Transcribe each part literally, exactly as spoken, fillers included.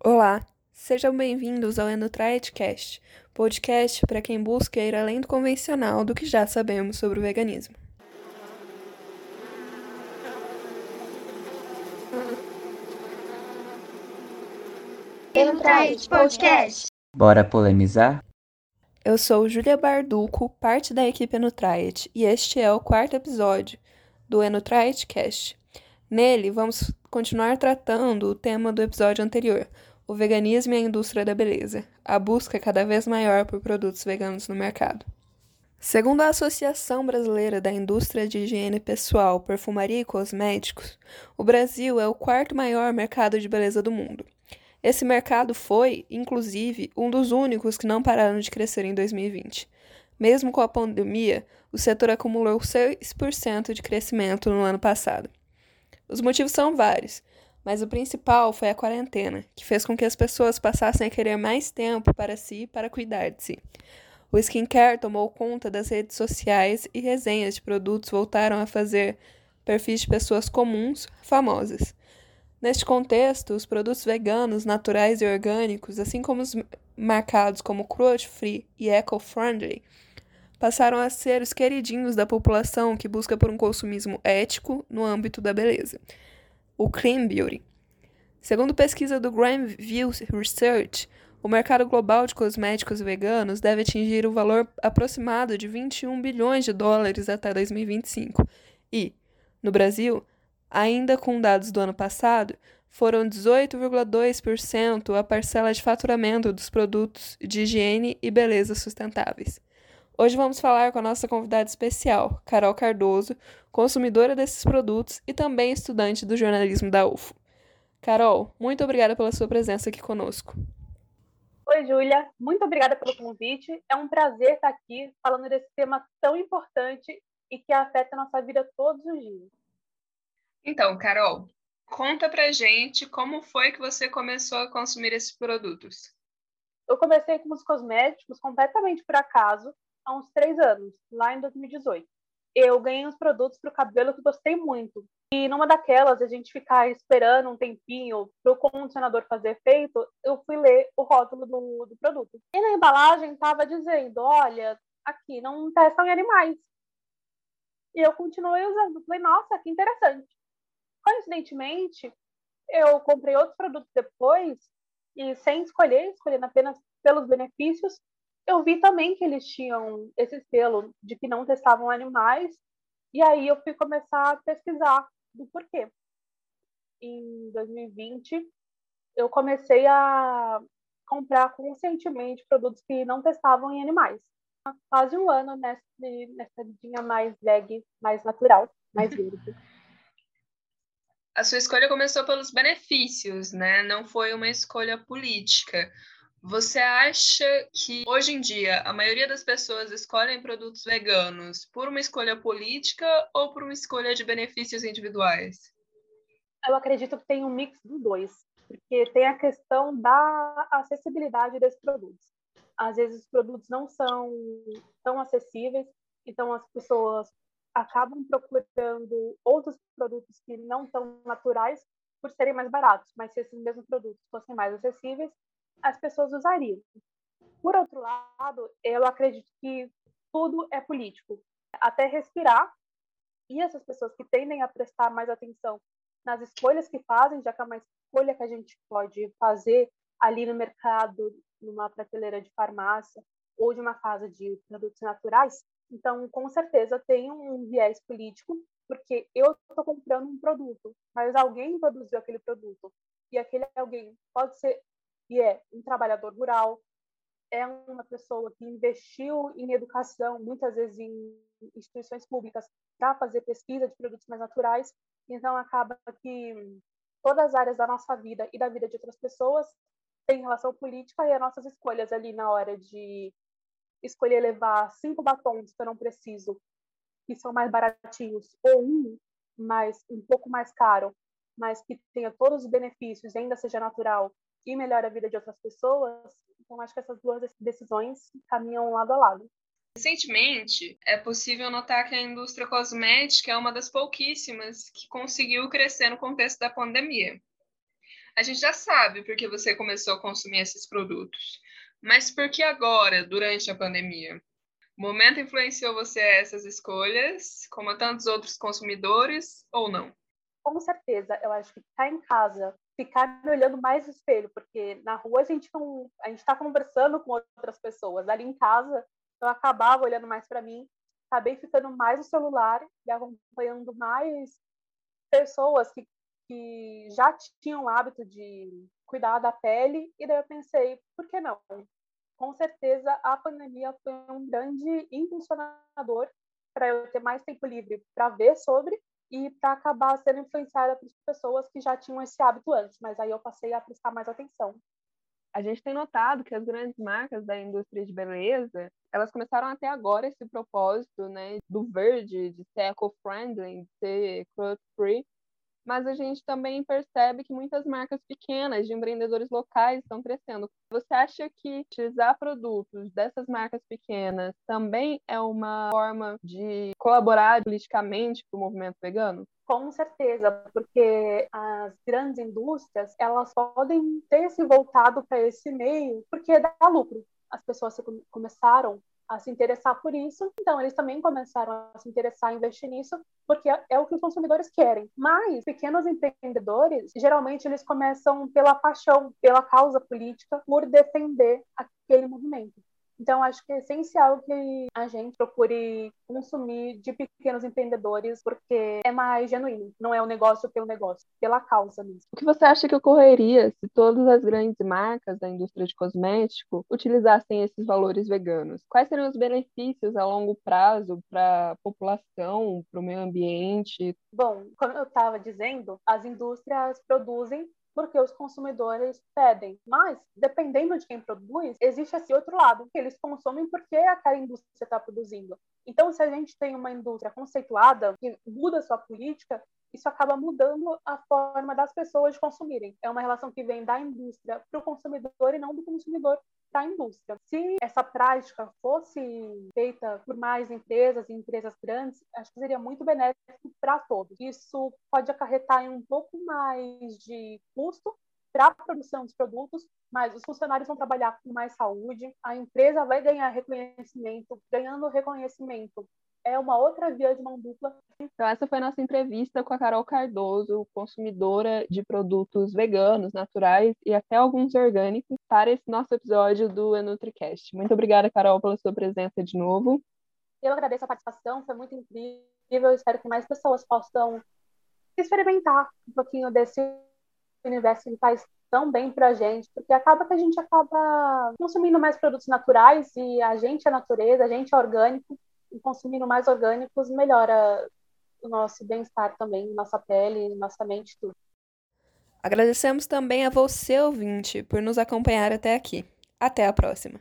Olá, sejam bem-vindos ao EnutrietCast, podcast para quem busca ir além do convencional do que já sabemos sobre o veganismo. EnuTriet Podcast. Bora polemizar? Eu sou Júlia Barduco, parte da equipe EnuTriet, e este é o quarto episódio do EnutrietCast. Nele, vamos continuar tratando o tema do episódio anterior, o veganismo e a indústria da beleza, a busca cada vez maior por produtos veganos no mercado. Segundo a Associação Brasileira da Indústria de Higiene Pessoal, Perfumaria e Cosméticos, o Brasil é o quarto maior mercado de beleza do mundo. Esse mercado foi, inclusive, um dos únicos que não pararam de crescer em dois mil e vinte. Mesmo com a pandemia, o setor acumulou seis por cento de crescimento no ano passado. Os motivos são vários, mas o principal foi a quarentena, que fez com que as pessoas passassem a querer mais tempo para si e para cuidar de si. O skincare tomou conta das redes sociais e resenhas de produtos voltaram a fazer perfis de pessoas comuns famosas. Neste contexto, os produtos veganos, naturais e orgânicos, assim como os marcados como cruelty-free e eco-friendly, passaram a ser os queridinhos da população que busca por um consumismo ético no âmbito da beleza. O Clean Beauty. Segundo pesquisa do Grand View Research, o mercado global de cosméticos veganos deve atingir o valor aproximado de vinte e um bilhões de dólares até dois mil e vinte e cinco. E, no Brasil, ainda com dados do ano passado, foram dezoito vírgula dois por cento a parcela de faturamento dos produtos de higiene e beleza sustentáveis. Hoje vamos falar com a nossa convidada especial, Carol Cardoso, consumidora desses produtos e também estudante do jornalismo da U F O. Carol, muito obrigada pela sua presença aqui conosco. Oi, Júlia. Muito obrigada pelo convite. É um prazer estar aqui falando desse tema tão importante e que afeta a nossa vida todos os dias. Então, Carol, conta pra gente como foi que você começou a consumir esses produtos. Eu comecei com os cosméticos completamente por acaso, há uns três anos, lá em dois mil e dezoito. Eu ganhei uns produtos para o cabelo que gostei muito. E numa daquelas, a gente ficar esperando um tempinho para o condicionador fazer efeito, eu fui ler o rótulo do, do produto. E na embalagem estava dizendo, olha, aqui não testam em animais. E eu continuei usando. Falei, nossa, que interessante. Coincidentemente, eu comprei outros produtos depois e sem escolher, escolhendo apenas pelos benefícios, eu vi também que eles tinham esse selo de que não testavam animais, e aí eu fui começar a pesquisar do porquê. Em dois mil e vinte, eu comecei a comprar conscientemente produtos que não testavam em animais. Há quase um ano nessa, nessa linha mais veg, mais natural, mais verde. A sua escolha começou pelos benefícios, né? Não foi uma escolha política. Você acha que, hoje em dia, a maioria das pessoas escolhem produtos veganos por uma escolha política ou por uma escolha de benefícios individuais? Eu acredito que tem um mix dos dois, porque tem a questão da acessibilidade desses produtos. Às vezes os produtos não são tão acessíveis, então as pessoas acabam procurando outros produtos que não são naturais por serem mais baratos, mas se esses mesmos produtos fossem mais acessíveis, as pessoas usariam. Por outro lado, eu acredito que tudo é político. Até respirar, e essas pessoas que tendem a prestar mais atenção nas escolhas que fazem, já que é uma escolha que a gente pode fazer ali no mercado, numa prateleira de farmácia ou de uma casa de produtos naturais. Então, com certeza, tem um viés político, porque eu estou comprando um produto, mas alguém produziu aquele produto. E aquele alguém pode ser e é um trabalhador rural, é uma pessoa que investiu em educação, muitas vezes em instituições públicas, para fazer pesquisa de produtos mais naturais. Então, acaba que todas as áreas da nossa vida e da vida de outras pessoas têm relação política e as nossas escolhas ali na hora de escolher levar cinco batons que eu não preciso, que são mais baratinhos, ou um, mas um pouco mais caro, mas que tenha todos os benefícios e ainda seja natural e melhore a vida de outras pessoas. Então, acho que essas duas decisões caminham lado a lado. Recentemente, é possível notar que a indústria cosmética é uma das pouquíssimas que conseguiu crescer no contexto da pandemia. A gente já sabe porque você começou a consumir esses produtos. Mas por que agora, durante a pandemia? O momento influenciou você a essas escolhas, como a tantos outros consumidores, ou não? Com certeza, eu acho que ficar em casa, ficar me olhando mais no espelho, porque na rua a gente não, a gente está conversando com outras pessoas. Ali em casa, eu acabava olhando mais para mim, acabei ficando mais no celular e acompanhando mais pessoas que, que já tinham o hábito de cuidar da pele, e daí eu pensei, por que não? Com certeza, a pandemia foi um grande impulsionador para eu ter mais tempo livre para ver sobre e para acabar sendo influenciada por pessoas que já tinham esse hábito antes, mas aí eu passei a prestar mais atenção. A gente tem notado que as grandes marcas da indústria de beleza, elas começaram até agora esse propósito, né, do verde, de ser eco-friendly, de ser cruelty-free, mas a gente também percebe que muitas marcas pequenas de empreendedores locais estão crescendo. Você acha que utilizar produtos dessas marcas pequenas também é uma forma de colaborar politicamente com o movimento vegano? Com certeza, porque as grandes indústrias, elas podem ter se voltado para esse meio porque dá lucro. As pessoas começaram a se interessar por isso, então eles também começaram a se interessar em investir nisso, porque é o que os consumidores querem. Mas pequenos empreendedores, geralmente eles começam pela paixão, pela causa política, por defender aquele movimento. Então, acho que é essencial que a gente procure consumir de pequenos empreendedores, porque é mais genuíno. Não é o negócio pelo negócio, pela causa mesmo. O que você acha que ocorreria se todas as grandes marcas da indústria de cosmético utilizassem esses valores veganos? Quais seriam os benefícios a longo prazo para a população, para o meio ambiente? Bom, como eu estava dizendo, as indústrias produzem porque os consumidores pedem. Mas, dependendo de quem produz, existe esse outro lado, que eles consomem porque aquela indústria está produzindo. Então, se a gente tem uma indústria conceituada que muda sua política, isso acaba mudando a forma das pessoas de consumirem. É uma relação que vem da indústria para o consumidor e não do consumidor para a indústria. Se essa prática fosse feita por mais empresas e empresas grandes, acho que seria muito benéfico para todos. Isso pode acarretar em um pouco mais de custo para a produção dos produtos, mas os funcionários vão trabalhar com mais saúde, a empresa vai ganhar reconhecimento, ganhando reconhecimento é uma outra via de mão dupla. Então, essa foi a nossa entrevista com a Carol Cardoso, consumidora de produtos veganos, naturais e até alguns orgânicos, para esse nosso episódio do EnutriCast. Muito obrigada, Carol, pela sua presença de novo. Eu agradeço a participação, foi muito incrível. Eu espero que mais pessoas possam experimentar um pouquinho desse universo que faz tão bem pra gente, porque acaba que a gente acaba consumindo mais produtos naturais e a gente é natureza, a gente é orgânico, e consumindo mais orgânicos melhora o nosso bem-estar também, nossa pele, nossa mente, tudo. Agradecemos também a você, ouvinte, por nos acompanhar até aqui. Até a próxima.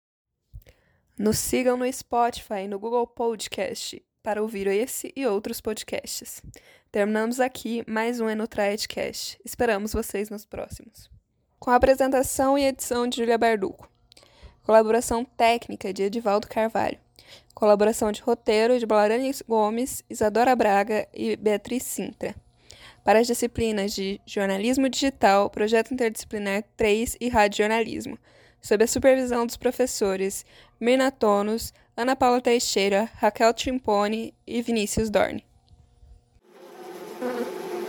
Nos sigam no Spotify e no Google Podcast para ouvir esse e outros podcasts. Terminamos aqui mais um EnuTriadCast. Esperamos vocês nos próximos. Com a apresentação e edição de Júlia Barduco. Colaboração técnica de Edivaldo Carvalho. Colaboração de roteiro de Blarane Gomes, Isadora Braga e Beatriz Sintra. Para as disciplinas de Jornalismo Digital, Projeto Interdisciplinar três e Radiojornalismo, sob a supervisão dos professores Mirna Tonos, Ana Paula Teixeira, Raquel Timpone e Vinícius Dorne.